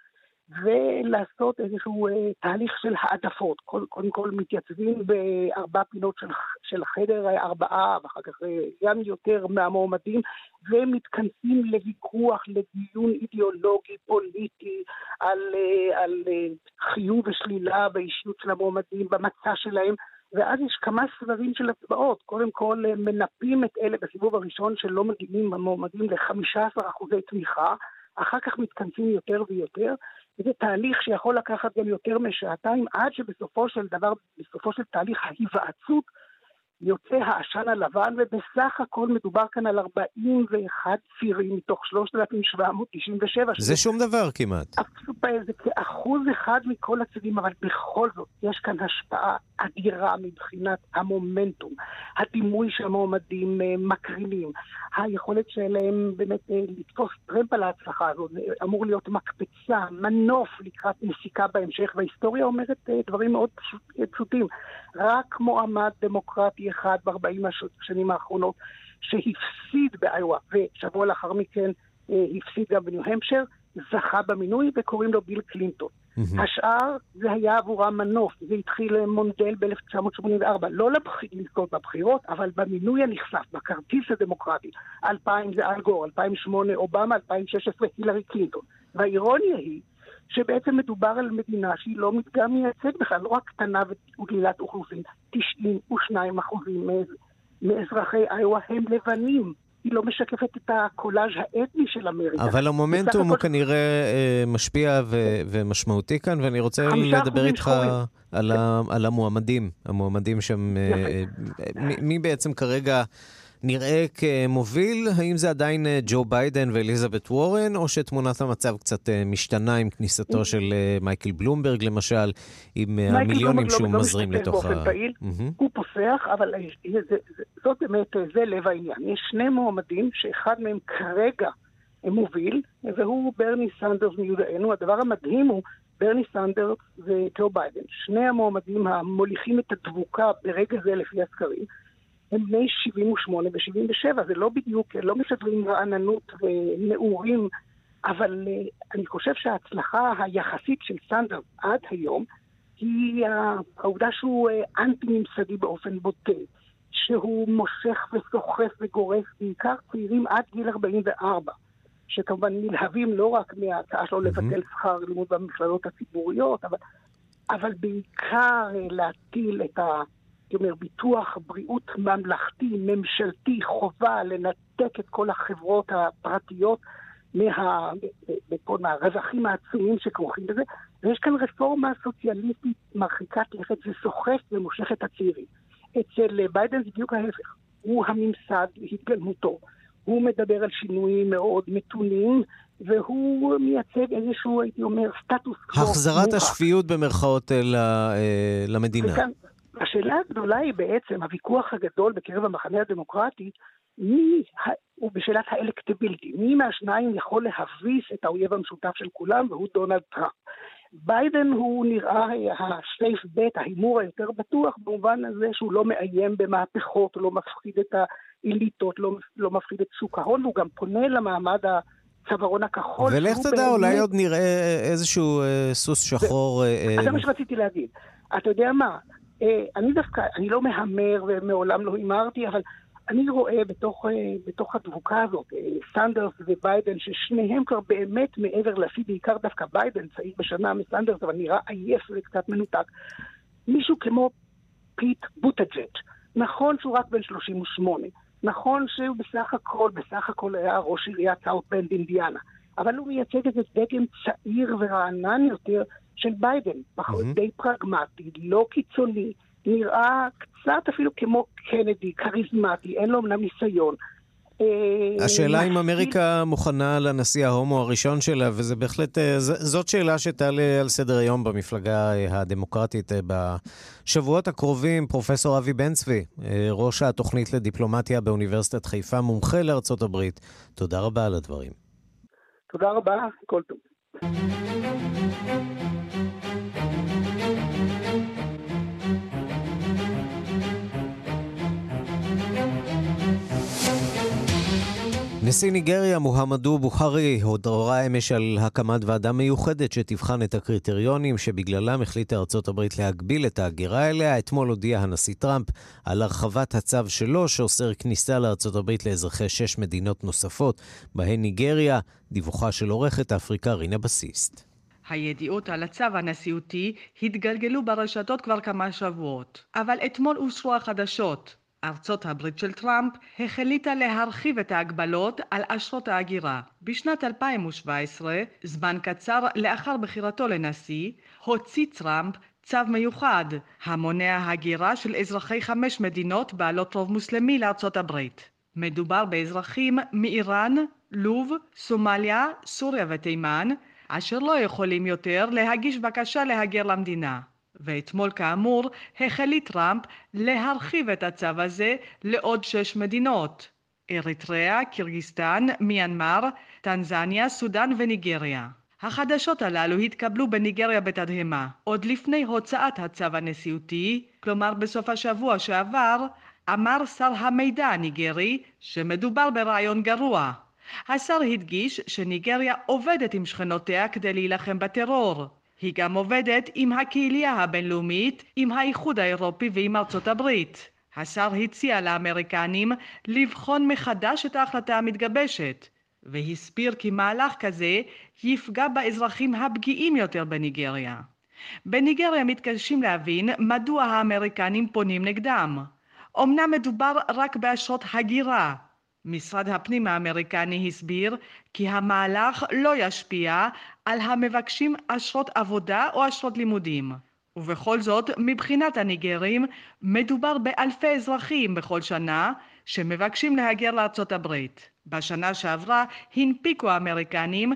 ולעשות איזשהו תהליך של העדפות. קודם כל מתייצבים בארבע פינות של החדר, 4, ואחר כך גם יותר מהמועמדים, ומתכנסים לוויכוח, לדיון אידיאולוגי, פוליטי, על חיוב ושלילה באישיות של המועמדים, במצע שלהם, ואז יש כמה סבבים של הצבעות. קודם כל מנפים את אלה בסיבוב הראשון שלא מגיעים המועמדים ל-15% תמיכה, אחר כך מתכנסים יותר ויותר, וזה תהליך שיכול לקחת גם יותר משעתיים, עד שבסופו של דבר, בסופו של תהליך ההיוועצות, יוצא העשן הלבן, ובסך הכל מדובר כאן על 41 צירים מתוך 3,797. זה שום דבר כמעט. זה כ1% מכל הצירים, אבל בכל זאת יש כאן השפעה אדירה מבחינת המומנטום, הדימוי שהמועמדים מקרינים, היכולת שלהם באמת לתפוס טרמפ על ההצלחה הזאת, זה אמור להיות מקפצה, מנוף לקראת נסיקה בהמשך, וההיסטוריה אומרת דברים מאוד פשוטים. רק מועמד דמוקרטי אחד ב-40 השנים האחרונות שהפסיד באיואה, ושבוע לאחר מכן הפסיד גם בניו-המפשר, זכה במינוי וקוראים לו ביל קלינטון. השאר זה היה עבורם מנוף, זה התחיל מונדל ב-1984, לא לזכות בבחירות, אבל במינוי הנחשף, בכרטיס הדמוקרטי, 2000 זה אל גור, 2008 אובמה, 2016 הילרי קלינטון. והאירוניה היא שבעצם מדובר על מדינה שהיא לא מדגם מייצג בכלל, לא רק קטנה וגלילת אוכלוסין, 92% מאזרחי איואה הם לבנים. היא לא משקפת את הקולאז' האתני של אמריקה. אבל המומנטום הוא כנראה משפיע ומשמעותי כאן, ואני רוצה לדבר איתך על המועמדים שם, מי בעצם כרגע נראה כמוביל, האם זה עדיין ג'ו ביידן ואליזבת וורן, או שתמונת המצב קצת משתנה עם כניסתו של מייקל בלומברג, למשל, עם המיליונים שהוא מזרים לתוך הוא פוסח, אבל זאת באמת, זה לב העניין. יש שני מועמדים שאחד מהם כרגע מוביל, והוא ברני סנדרס מיודענו. הדבר המדהים הוא ברני סנדרס וג'ו ביידן. שני המועמדים המוליכים את הדבוקה ברגע זה לפי הסקרים, הם בני 78 ו-77, זה לא בדיוק, לא משדרים רעננות ונעורים, אבל אני חושב שההצלחה היחסית של סנדרס עד היום, היא העובדה שהוא אנטי-ממסדי באופן בוטה, שהוא מושך וסוחף וגורף, בעיקר צעירים עד גיל 44, שכמובן נלהבים לא רק מההצעה שלו לבטל שכר לימוד במכללות הציבוריות, אבל בעיקר להטיל את ביטוח בריאות ממלכתי, ממשלתי, חובה לנתק את כל החברות הפרטיות מהרווחים העצומים שכרוכים בזה, ויש כאן רפורמה סוציאליסטית מרחיקת לכת וסוחף ומושך את הצעירים. אצל ביידן זה בדיוק ההפך, הוא הממסד להתגלמותו, הוא מדבר על שינויים מאוד מתונים, והוא מייצג איזשהו, הייתי אומר, סטטוס קוו. החזרת השפיות במרכאות למדינה. השאלה הגדולה היא בעצם, הוויכוח הגדול בקרב המחנה הדמוקרטי, הוא בשאלת האלקטביליטי. מי מהשניים יכול להביס את האויב המשותף של כולם, והוא דונלד טראמפ. ביידן הוא נראה הסייף בית, ההימור היותר בטוח, במובן הזה שהוא לא מאיים במהפכות, לא מפחיד את האליטות, לא מפחיד את שוק ההון, והוא גם פונה למעמד הצווארון הכחול. ולך תדע, אולי עוד נראה איזשהו סוס שחור. זה מה שרציתי להגיד. אתה יודע מה? אני לא מהמר ומעולם לא הימרתי, אבל אני רואה בתוך הדבוקה הזאת, סנדרס וביידן, ששניהם כבר באמת מעבר לשיא, בעיקר דווקא ביידן, צעיר בשנה מסנדרס, אבל נראה עייף וקצת מנותק. מישהו כמו פיט בוטג'אג', נכון שהוא רק בן 38, נכון שהוא בסך הכל היה ראש עיריית סאות' בנד אינדיאנה, אבל הוא מייצג איזה דגם צעיר ורענן יותר של ביידן, די פרגמטי, לא קיצוני, נראה קצת אפילו כמו קנדי, קריזמטי, אין לו אמנם ניסיון. השאלה אם אמריקה מוכנה לנשיא ההומו הראשון שלה, וזה בהחלט, זאת שאלה שתעלה על סדר היום במפלגה הדמוקרטית בשבועות הקרובים. פרופסור אבי בן צבי, ראש התוכנית לדיפלומטיה באוניברסיטת חיפה, מומחה לארצות הברית, תודה רבה על הדברים. תודה רבה, כל טוב. נשיא ניגריה מוחמדו בוחרי הורה אמש על הקמת ועדה מיוחדת שתבחן את הקריטריונים שבגללם החליטה ארצות הברית להגביל את ההגירה אליה. אתמול הודיע הנשיא טראמפ על הרחבת הצו שלו שאוסר כניסה לארצות הברית לאזרחי 6 מדינות נוספות, בהן ניגריה. דיווחה של עורכת אפריקה רינה בסיסט. הידיעות על הצו הנשיאותי התגלגלו ברשתות כבר כמה שבועות, אבל אתמול אושרו החדשות. ארצות הברית של טראמפ החליטה להרחיב את ההגבלות על אשרות ההגירה. בשנת 2017, זמן קצר לאחר בחירתו לנשיא, הוציא טראמפ צו מיוחד המונע הגירה של אזרחי 5 מדינות בעלות רוב מוסלמי לארצות הברית. מדובר באזרחים מאיראן, לוב, סומליה, סוריה ותימן, אשר לא יכולים יותר להגיש בקשה להגר למדינה. ואתמול כאמור החליט טראמפ להרחיב את הצו הזה לעוד 6 מדינות: אריתריאה, קירגיסטן, מיינמר, טנזניה, סודן וניגריה. החדשות הללו התקבלו בניגריה בתדהמה. עוד לפני הוצאת הצו הנשיאותי, כלומר בסוף השבוע שעבר, אמר שר המידע הניגרי שמדובר ברעיון גרוע. השר הדגיש שניגריה עובדת עם שכנותיה כדי להילחם בטרור. היא גם עובדת עם הקהילייה הבינלאומית, עם האיחוד האירופי ועם ארצות הברית. השר הציע לאמריקנים לבחון מחדש את ההחלטה המתגבשת, והסביר כי מהלך כזה יפגע באזרחים הפגיעים יותר בניגריה. בניגריה מתקשים להבין מדוע האמריקנים פונים נגדם. אמנם מדובר רק באשרות הגירה. משרד הפנים האמריקני הסביר כי המהלך לא ישפיע על המבקשים אשרות עבודה או אשרות לימודים. ובכל זאת, מבחינת הניגרים, מדובר באלפי אזרחים בכל שנה שמבקשים להגר לארצות הברית. בשנה שעברה הנפיקו האמריקנים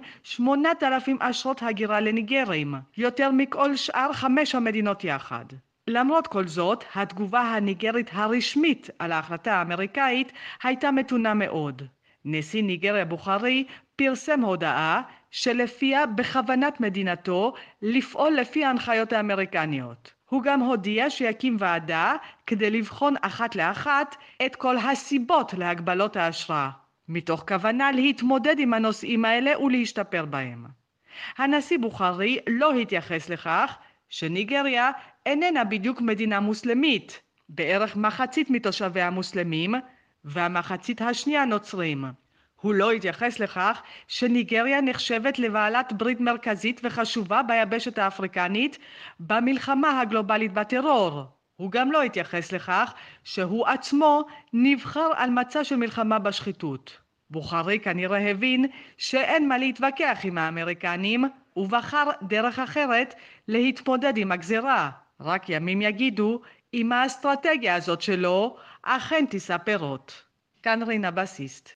8,000 אשרות הגירה לניגרים, יותר מכל שאר 5 המדינות יחד. למרות כל זאת, התגובה הניגרית הרשמית על ההחלטה האמריקאית הייתה מתונה מאוד. נשיא ניגריה בוחרי פרסם הודעה שלפיה בכוונת מדינתו לפעול לפי ההנחיות האמריקניות. הוא גם הודיע שיקים ועדה כדי לבחון אחת לאחת את כל הסיבות להגבלות האשרה, מתוך כוונה להתמודד עם הנושאים האלה ולהשתפר בהם. הנשיא בוחרי לא התייחס לכך שניגריה איננה בדיוק מדינה מוסלמית, בערך מחצית מתושביה המוסלמים והמחצית השנייה נוצרים. הוא לא התייחס לכך שניגריה נחשבת לבעלת ברית מרכזית וחשובה ביבשת האפריקנית במלחמה הגלובלית בטרור. הוא גם לא התייחס לכך שהוא עצמו נבחר על מצע של מלחמה בשחיתות. בוחרי כנראה הבין שאין מה להתווכח עם האמריקנים ובחר דרך אחרת להתמודד עם הגזירה. רק ימים יגידו אם האסטרטגיה הזאת שלו אכן תישא פירות. כאן רינה בסיסט.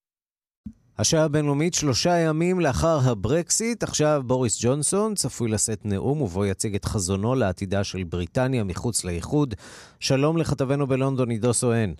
השעה הבינלאומית 3 ימים לאחר הברקסיט. עכשיו בוריס ג'ונסון צפוי לשאת נאום ובו יציג את חזונו לעתידה של בריטניה מחוץ לאיחוד. שלום לכתבנו בלונדון עידו סואן.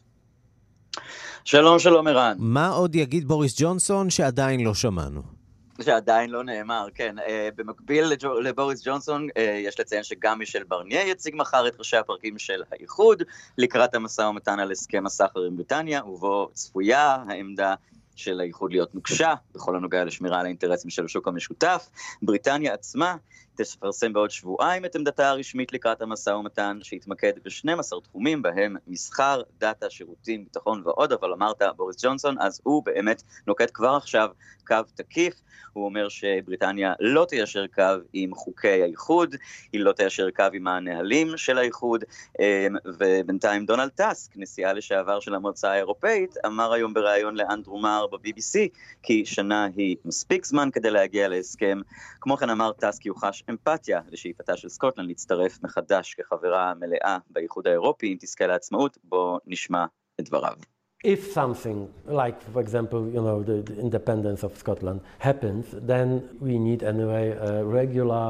שלום, שלום ערן. מה עוד יגיד בוריס ג'ונסון שעדיין לא שמענו? שעדיין לא נאמר, כן. במקביל לבוריס ג'ונסון, יש לציין שגם מישל ברניה יציג מחר את ראשי הפרקים של האיחוד, לקראת המשא ומתן על הסכם הסחר עם בריטניה, ובו צפויה העמדה של האיחוד להיות נוקשה, בכל הנוגע לשמירה על האינטרסים של השוק המשותף. בריטניה עצמה תפרסם בעוד שבועיים את עמדתה הרשמית לקראת המשא ומתן, שהתמקד ב12 תחומים, בהם מסחר, דאטה, שירותים, ביטחון ועוד, אבל אמרת בוריס ג'ונסון, אז הוא באמת נוקט כבר עכשיו קו תקיף. הוא אומר שבריטניה לא תיישר קו עם חוקי האיחוד, היא לא תיישר קו עם הנהלים של האיחוד, ובינתיים דונלד טאסק, נשיאה לשעבר של המועצה האירופאית, אמר היום בריאיון לאנדרו מאר ב-BBC, כי שנה היא מספיק זמן כדי להגיע להסכם. כמו כן אמר טאסק כי הוא חש אמפתיה לשאיפתה של סקוטלנד להצטרף מחדש כחברה מלאה באיחוד האירופי, אם תזכה לעצמאות. בוא נשמע את דבריו. If something like, for example, the independence of Scotland happens, then we need anyway a regular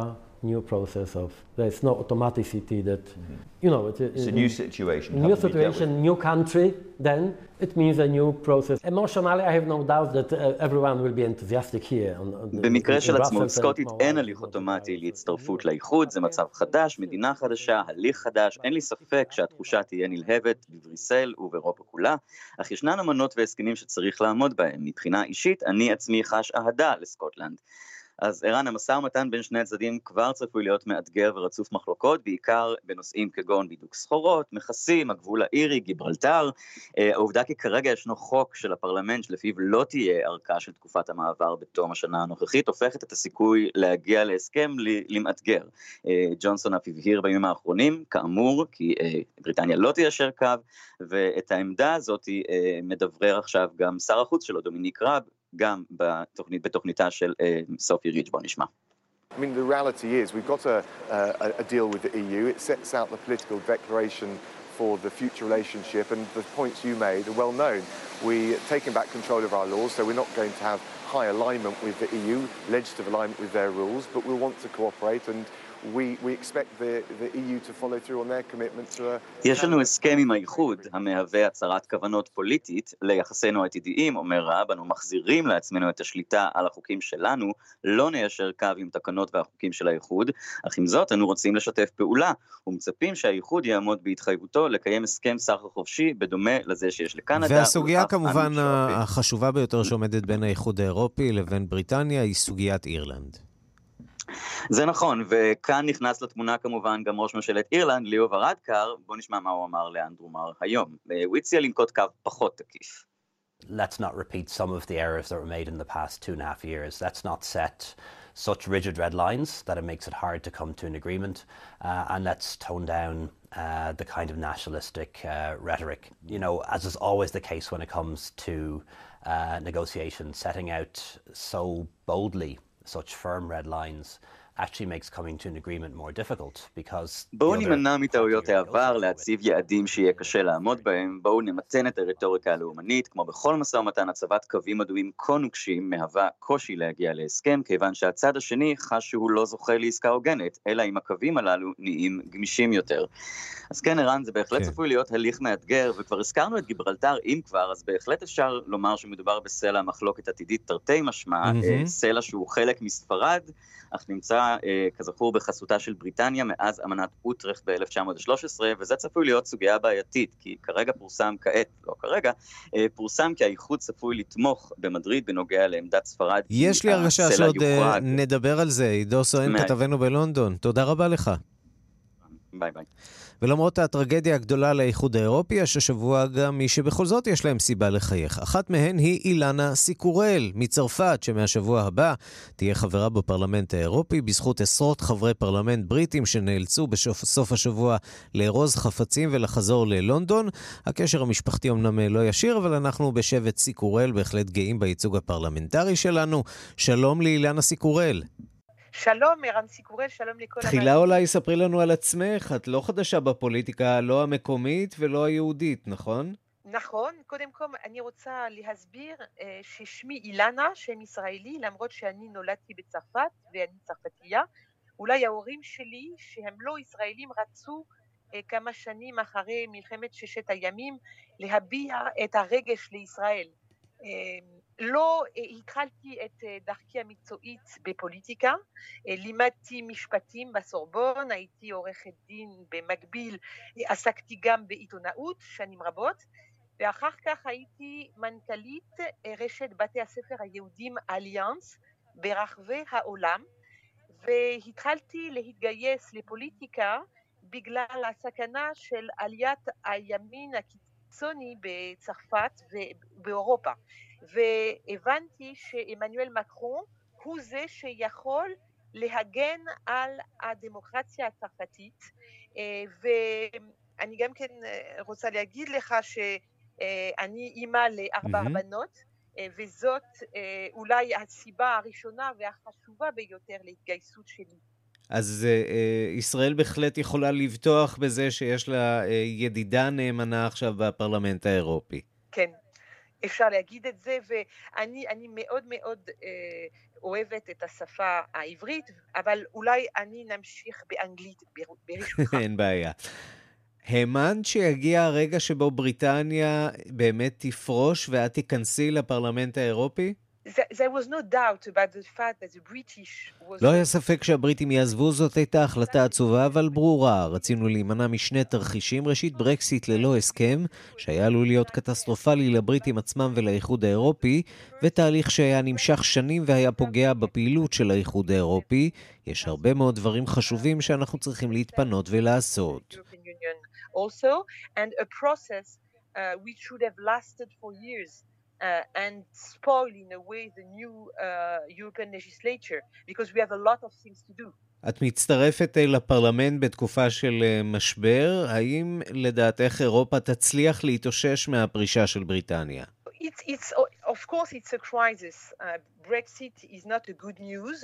new process of, there's no automaticity that, you know, it's a new situation. New situation, new country, then it means a new process. Emotionally, I have no doubt that everyone will be enthusiastic here. במקרה של עצמאות סקוטית אין הליך אוטומטי להצטרפות לאיחוד, זה מצב חדש, מדינה חדשה, הליך חדש, אין לי ספק שהתחושה תהיה נלהבת בבריסל ובאירופה כולה, אך ישנן אמנות והסכמים שצריך לעמוד בהם. מבחינה אישית, אני עצמי חש אהדה לסקוטלנד. אז ערן, המשא ומתן בין שני הצדדים כבר צפוי להיות מאתגר ורצוף מחלוקות, בעיקר בנושאים כגון בידוק סחורות, מכסים, הגבול האירי, גיברלטר. העובדה כי כרגע ישנו חוק של הפרלמנט שלפיו לא תהיה ארכה של תקופת המעבר בתום השנה הנוכחית, הופכת את הסיכוי להגיע להסכם למאתגר. ג'ונסון אף הבהיר בימים האחרונים, כאמור, כי בריטניה לא תיישר קו, ואת העמדה הזאת מדברר עכשיו גם שר החוץ שלו, דומיניק ראב, גם בתוכניתה של סופי ריץ'. בוא נשמע. I mean, the reality is we've got a deal with the EU. It sets out the political declaration for the future relationship, and the points you made are well known. We're taking back control of our laws, so we're not going to have high alignment with the EU, legislative alignment with their rules, but we want to cooperate, and we expect the EU to follow through on their commitment to a... יש לנו הסכם עם האיחוד, המהווה הצהרת כוונות פוליטית ליחסינו העתידיים, אומר ראב, אנו מחזירים לעצמנו את השליטה על החוקים שלנו, לא ניישר קו עם תקנות והחוקים של האיחוד, אך עם זאת אנו רוצים לשתף פעולה, ומצפים שהאיחוד יעמוד בהתחייבותו לקיים הסכם סחר חופשי, בדומה לזה שיש לקנדה. והסוגיה כמובן החשובה ביותר שעומדת בין האיחוד האירופי לבין בריטניה היא סוגיית אירלנד. זה נכון, וכאן נכנס לתמונה כמובן גם ראש ממשלת אירלנד, ליאו ורדקר. בוא נשמע מה הוא אמר לאנדרו מר היום. הוא הציע לנקוט קו פחות תקיף. Let's not repeat some of the errors that were made in the past 2.5 years. Let's not set such rigid red lines that it makes it hard to come to an agreement, and let's tone down the kind of nationalistic rhetoric. You know, as is always the case when it comes to negotiations, setting out so boldly such firm red lines actually makes coming to an agreement more difficult because... בואו נמנע מטעויות העבר, להציב יעדים שיהיה קשה לעמוד בהם, בואו נמתן את הרטוריקה הלאומנית, כמו בכל משא ומתן הצבת קווים אדומים כה נוקשים מהווה קושי להגיע להסכם, כיוון שהצד השני חש שהוא לא זוכה לעסקה הוגנת, אלא אם הקווים הללו נהיים גמישים יותר. אז כן, ערן, זה בהחלט צפוי להיות הליך מאתגר, וכבר הזכרנו את גיברלטר, אם כבר, אז בהחלט אפשר לומר שמדובר בסלע מחלוקת עתידית תרתי משמע, סלע שהוא חלק מספרד, אך נמצא כזכור בחסותה של בריטניה מאז אמנת אוטרכט ב-1913, וזה צפוי להיות סוגיה בעייתית, כי כרגע פורסם כי האיחוד צפוי לתמוך במדריד בנוגע לעמדת ספרד. יש לי הרגשה שעוד נדבר על זה. עידו סואן, כתבנו בלונדון. תודה רבה לך. ביי ביי. ולמרות הטרגדיה הגדולה לאיחוד האירופי, יש השבוע גם מי שבכל זאת יש להם סיבה לחייך. אחת מהן היא אילנה סיקורל מצרפת, שמהשבוע הבא תהיה חברה בפרלמנט האירופי, בזכות עשרות חברי פרלמנט בריטים שנאלצו בסוף השבוע לארוז חפצים ולחזור ללונדון. הקשר המשפחתי אמנם לא ישיר, אבל אנחנו בשבט סיקורל בהחלט גאים בייצוג הפרלמנטרי שלנו. שלום לאילנה סיקורל. שלום, ערן סיקורל, שלום לכל... תחילה אולי ספרי לנו על עצמך, את לא חדשה בפוליטיקה, לא המקומית ולא היהודית, נכון? נכון, קודם כל אני רוצה להסביר ששמי אילנה, שם ישראלי, למרות שאני נולדתי בצרפת ואני צרפתייה. אולי ההורים שלי, שהם לא ישראלים, רצו כמה שנים אחרי מלחמת ששת הימים להביע את הרגש לישראל. לא התחלתי את דרכי המקצועית בפוליטיקה, לימדתי משפטים בסורבון, הייתי עורכת דין במקביל, עסקתי גם בעיתונאות שנים רבות, ואחר כך הייתי מנכ"לית רשת בתי הספר היהודים אליאנס ברחבי העולם, והתחלתי להתגייס לפוליטיקה בגלל הסכנה של עליית הימין הקיצוני בצרפת ובאירופה. והבנתי שאמנואל מקרון הוא זה שיכול להגן על הדמוקרטיה הצרפתית, ואני גם כן רוצה להגיד לך שאני אימא לארבע בנות, וזאת אולי הסיבה הראשונה והחשובה ביותר להתגייסות שלי. אז ישראל בהחלט יכולה לבטוח בזה שיש לה ידידה נאמנה עכשיו בפרלמנט האירופי. כן. אפשר להגיד את זה, ואני מאוד מאוד אוהבת את השפה העברית, אבל אולי אני נמשיך באנגלית ברשותך. אין בעיה. האמנת שיגיע הרגע שבו בריטניה באמת תפרוש ואת תיכנסי לפרלמנט האירופי? There was no doubt about the fact that the British was... לא היה ספק שהבריטים יעזבו, זאת הייתה החלטה עצובה אבל ברורה. רצינו להימנע משני תרחישים. ראשית, ברקסיט ללא הסכם, שהיה עלול להיות קטסטרופלי לבריטים עצמם ולאיחוד האירופי, ותהליך שהיה נמשך שנים והיה פוגע בפעילות של האיחוד האירופי. יש הרבה מאוד דברים חשובים שאנחנו צריכים להתפנות ולעשות. Also, and a process which should have lasted for years. And spoil in a way the new European legislature, because we have a lot of things to do. את מצטרפת לפרלמנט בתקופה של משבר. האם לדעתך אירופה תצליח להתאושש מהפרישה של בריטניה? Of course, it's a crisis. Brexit is not a good news,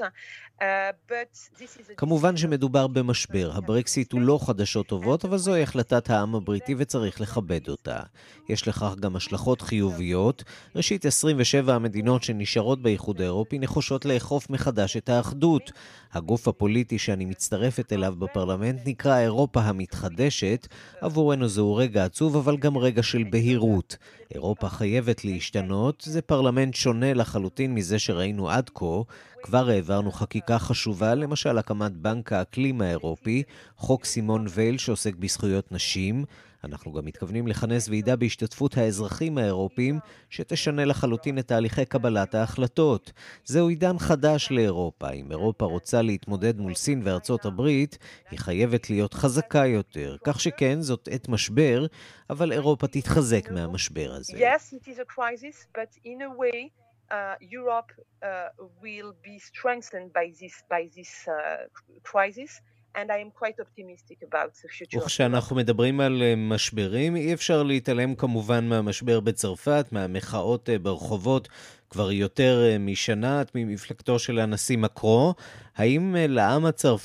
but this is a... כמובן שמדובר במשבר. הברקסיט הוא לא חדשות טובות, אבל זוהי החלטת העם הבריטי וצריך לכבד אותה. יש לכך גם השלכות חיוביות. ראשית, 27 המדינות שנשארות באיחוד האירופי נחושות לאכוף מחדש את האחדות. הגוף הפוליטי שאני מצטרפת אליו בפרלמנט נקרא אירופה המתחדשת. עבורנו זהו רגע עצוב, אבל גם רגע של בהירות. אירופה חייבת להשתנות. זה פרלמנט שונה לחלוטין מזה שראינו עד כה. כבר העברנו חקיקה חשובה, למשל הקמת בנק האקלים האירופי, חוק סימון וייל שעוסק בזכויות נשים. אנחנו גם מתכוונים לכנס ועידה בהשתתפות האזרחים האירופיים, שתשנה לחלוטין את תהליכי קבלת ההחלטות. זהו עידן חדש לאירופה. אם אירופה רוצה להתמודד מול סין וארצות הברית, היא חייבת להיות חזקה יותר. כך שכן, זאת עת משבר, אבל אירופה תתחזק מהמשבר הזה. Yes, it is a crisis, but in a way, Europe will be strengthened by this crisis. And I am quite optimistic about the future. וכשאנחנו מדברים על משברים, אי אפשר להתעלם כמובן מהמשבר בצרפת, מהמחאות ברחובות כבר יותר משנה, את ממפלגתו של הנשיא מקרון. האם העם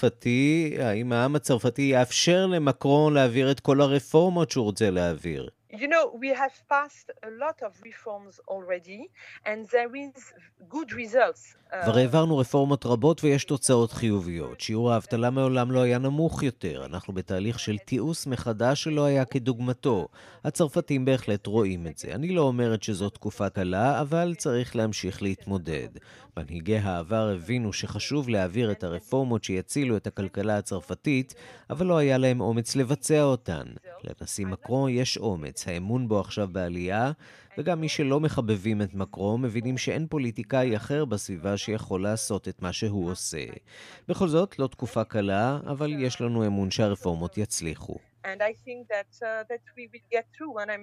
הצרפתי יאפשר למקרון להעביר את כל הרפורמות שהוא רוצה להעביר? You know, we have passed a lot of reforms already, and there is good results. כבר העברנו רפורמות רבות ויש תוצאות חיוביות. שיעור האבטלה מעולם לא היה נמוך יותר. אנחנו בתהליך של תיעוש מחדש שלא היה כדוגמתו. הצרפתים בהחלט רואים את זה. אני לא אומרת שזו תקופה קלה, אבל צריך להמשיך להתמודד. מנהיגי העבר הבינו שחשוב להעביר את הרפורמות שיצילו את הכלכלה הצרפתית, אבל לא היה להם אומץ לבצע אותן. לנשיא מקרון יש אומץ. האמון בו עכשיו בעלייה, וגם מי שלא מחבבים את מקרון מבינים שאין פוליטיקאי אחר בסביבה שיכול לעשות את מה שהוא עושה. בכל זאת, לא תקופה קלה, אבל יש לנו אמון שהרפורמות יצליחו. And I think that we will get through, and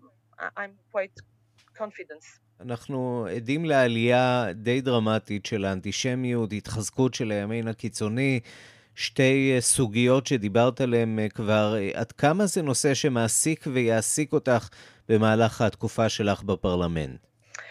I'm quite confident. אנחנו עדים לעלייה די דרמטית של האנטישמיות, התחזקות של הימין הקיצוני, שתי סוגיות שדיברת עליהן כבר. עד כמה זה נושא שמעסיק ויעסיק אותך במהלך התקופה שלך בפרלמנט?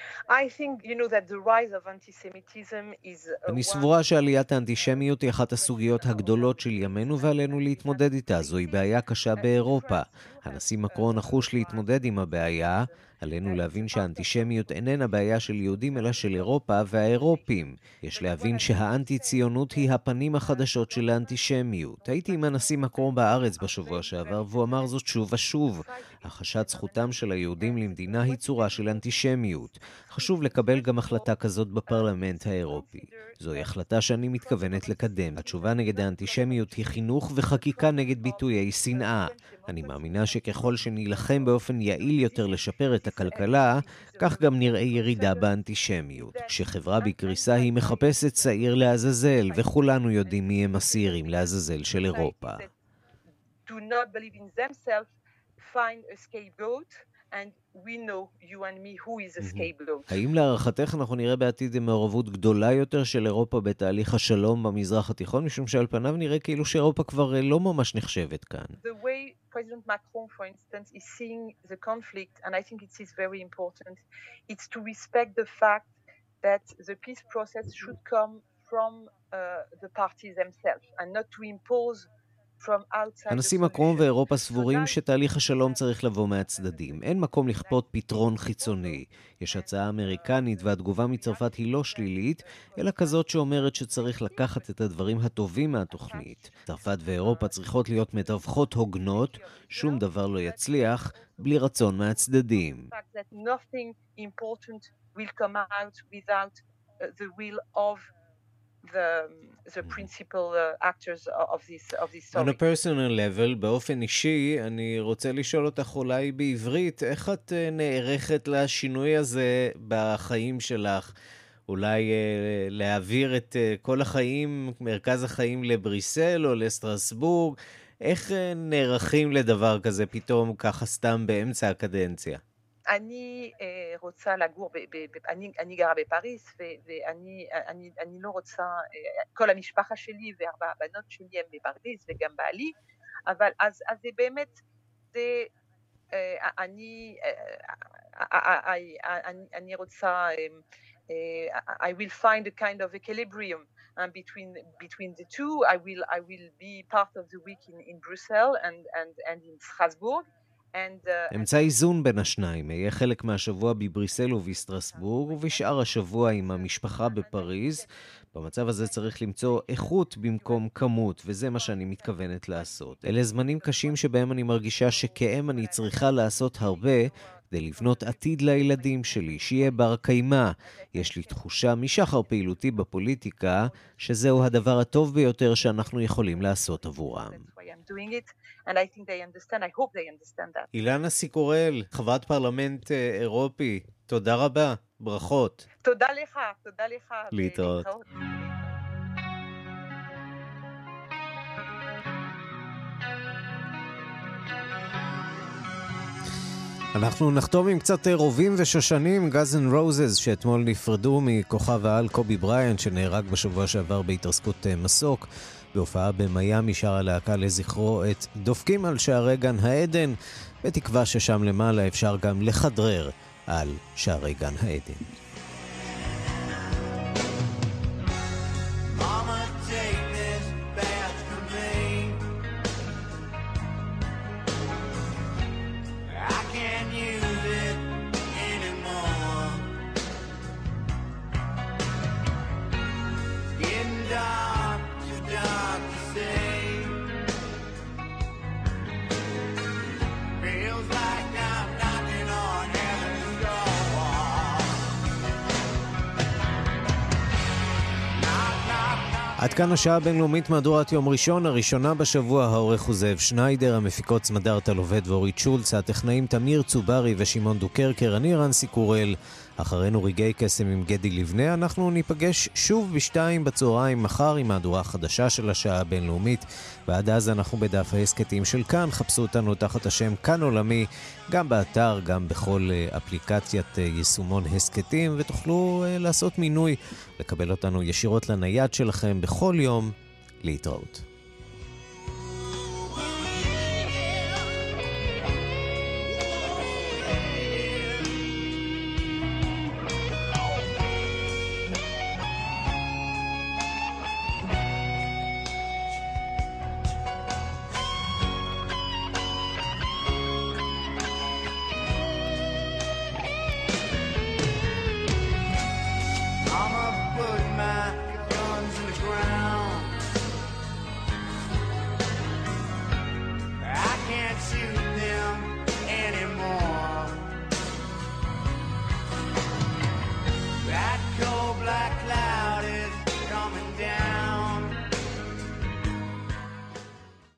I think, you know, that the rise of antisemitism is אני סבורה שעליית האנטישמיות היא אחת הסוגיות הגדולות של ימינו ועלינו להתמודד איתה. זוהי בעיה קשה באירופה. הנשיא מקרון נחוש להתמודד עם הבעיה. עלינו להבין שהאנטישמיות איננה בעיה של יהודים אלא של אירופה והאירופים. יש להבין שהאנטי-ציונות היא הפנים החדשות של האנטישמיות. הייתי עם הנשיא מקרון בארץ בשבוע שעבר והוא אמר זאת שוב ושוב. החשת זכותם של היהודים למדינה היא צורה של אנטישמיות. חשוב לקבל גם החלטה כזאת בפרלמנט האירופי. זוהי החלטה שאני מתכוונת לקדם. התשובה נגד האנטישמיות היא חינוך וחקיקה נגד ביטויי שנאה. אני מאמינה שככל שנילחם באופן יעיל יותר לשפר את הכלכלה, כך גם נראה ירידה באנטישמיות. כשחברה בקריסה היא מחפשת שעיר לעזאזל, וכולנו יודעים מי הם השעירים לעזאזל של אירופה. Do not believe in themselves, find a scapegoat, and we know, you and me, who is a scapegoat. האם להערכתך אנחנו נראה בעתיד מעורבות גדולה יותר של אירופה בתהליך השלום במזרח התיכון, משום שעל פניו נראה כאילו שאירופה כבר לא ממש נחשבת כאן? The way President Macron, for instance, is seeing the conflict, and I think it is very important, it's to respect the fact that the peace process should come from the parties themselves, and not to impose הנשיא מקרון ואירופה סבורים שתהליך השלום צריך לבוא מהצדדים. אין מקום לכפות פתרון חיצוני. יש הצעה אמריקנית והתגובה מצרפת היא לא שלילית, אלא כזאת שאומרת שצריך לקחת את הדברים הטובים מהתוכנית. צרפת ואירופה צריכות להיות מתווכות הוגנות, שום דבר לא יצליח בלי רצון מהצדדים. the principal actors of this story. On a personal level, באופן אישי, אני רוצה לשאול אותך אולי בעברית, איך את נערכת לשינוי הזה בחיים שלך? אולי להעביר את כל החיים, מרכז החיים לבריסל או לסטרסבורג? איך נערכים לדבר כזה פתאום ככה סתם באמצע הקדנציה? אני רוצה לגור, אני גרה בפריז, ואני לא רוצה, כל המשפחה שלי וארבע הבנות שלי הם בפריז וגם בעלי, אבל אז זה באמת, אני רוצה, I will find a kind of equilibrium between the two. I will be part of the week in Brussels and in Strasbourg. אמצע איזון בין השניים, יהיה חלק מהשבוע בבריסל ובסטרסבורג ובשאר השבוע עם המשפחה בפריז. במצב הזה צריך למצוא איכות במקום כמות, וזה מה שאני מתכוונת לעשות. אלה זמנים קשים שבהם אני מרגישה שכאם אני צריכה לעשות הרבה כדי לבנות עתיד לילדים שלי, שיהיה בר קיימה. יש לי תחושה משחר פעילותי בפוליטיקה שזהו הדבר הטוב ביותר שאנחנו יכולים לעשות עבורם. And I think they understand. I hope they understand that. אילנה סיקורל, חברת פרלמנט אירופי, תודה רבה, ברכות. תודה לך, תודה לך. להתראות. אנחנו נחתום עם קצת רובים ושושנים, גאז אנד רוזס, שאתמול נפרדו מכוכב העל קובי בריינט, שנהרג בשבוע שעבר בהתרסקות מסוק. בהופעה במיימי שר הלהקה לזכרו את דופקים על שערי גן העדן, בתקווה ששם למעלה אפשר גם לחדרר על שערי גן העדן. עד כאן השעה הבינלאומית מהדורת יום ראשון, הראשונה בשבוע. העורך הוא זאב שניידר, המפיקות סמדר טלובד ואורית שולץ, הטכנאים תמיר צוברי ושמעון דוקרקר, אני רנסי קורל. אחרינו רגעי קסם עם גדי לבנה. אנחנו ניפגש שוב ב14:00 מחר עם מהדורה חדשה של השעה הבינלאומית, ועד אז אנחנו בדף ההסקטים של כאן. חפשו אותנו תחת השם כאן עולמי, גם באתר, גם בכל אפליקציית יישומון הסקטים, ותוכלו לעשות מינוי, לקבל אותנו ישירות לנייד שלכם בכל יום. להתראות.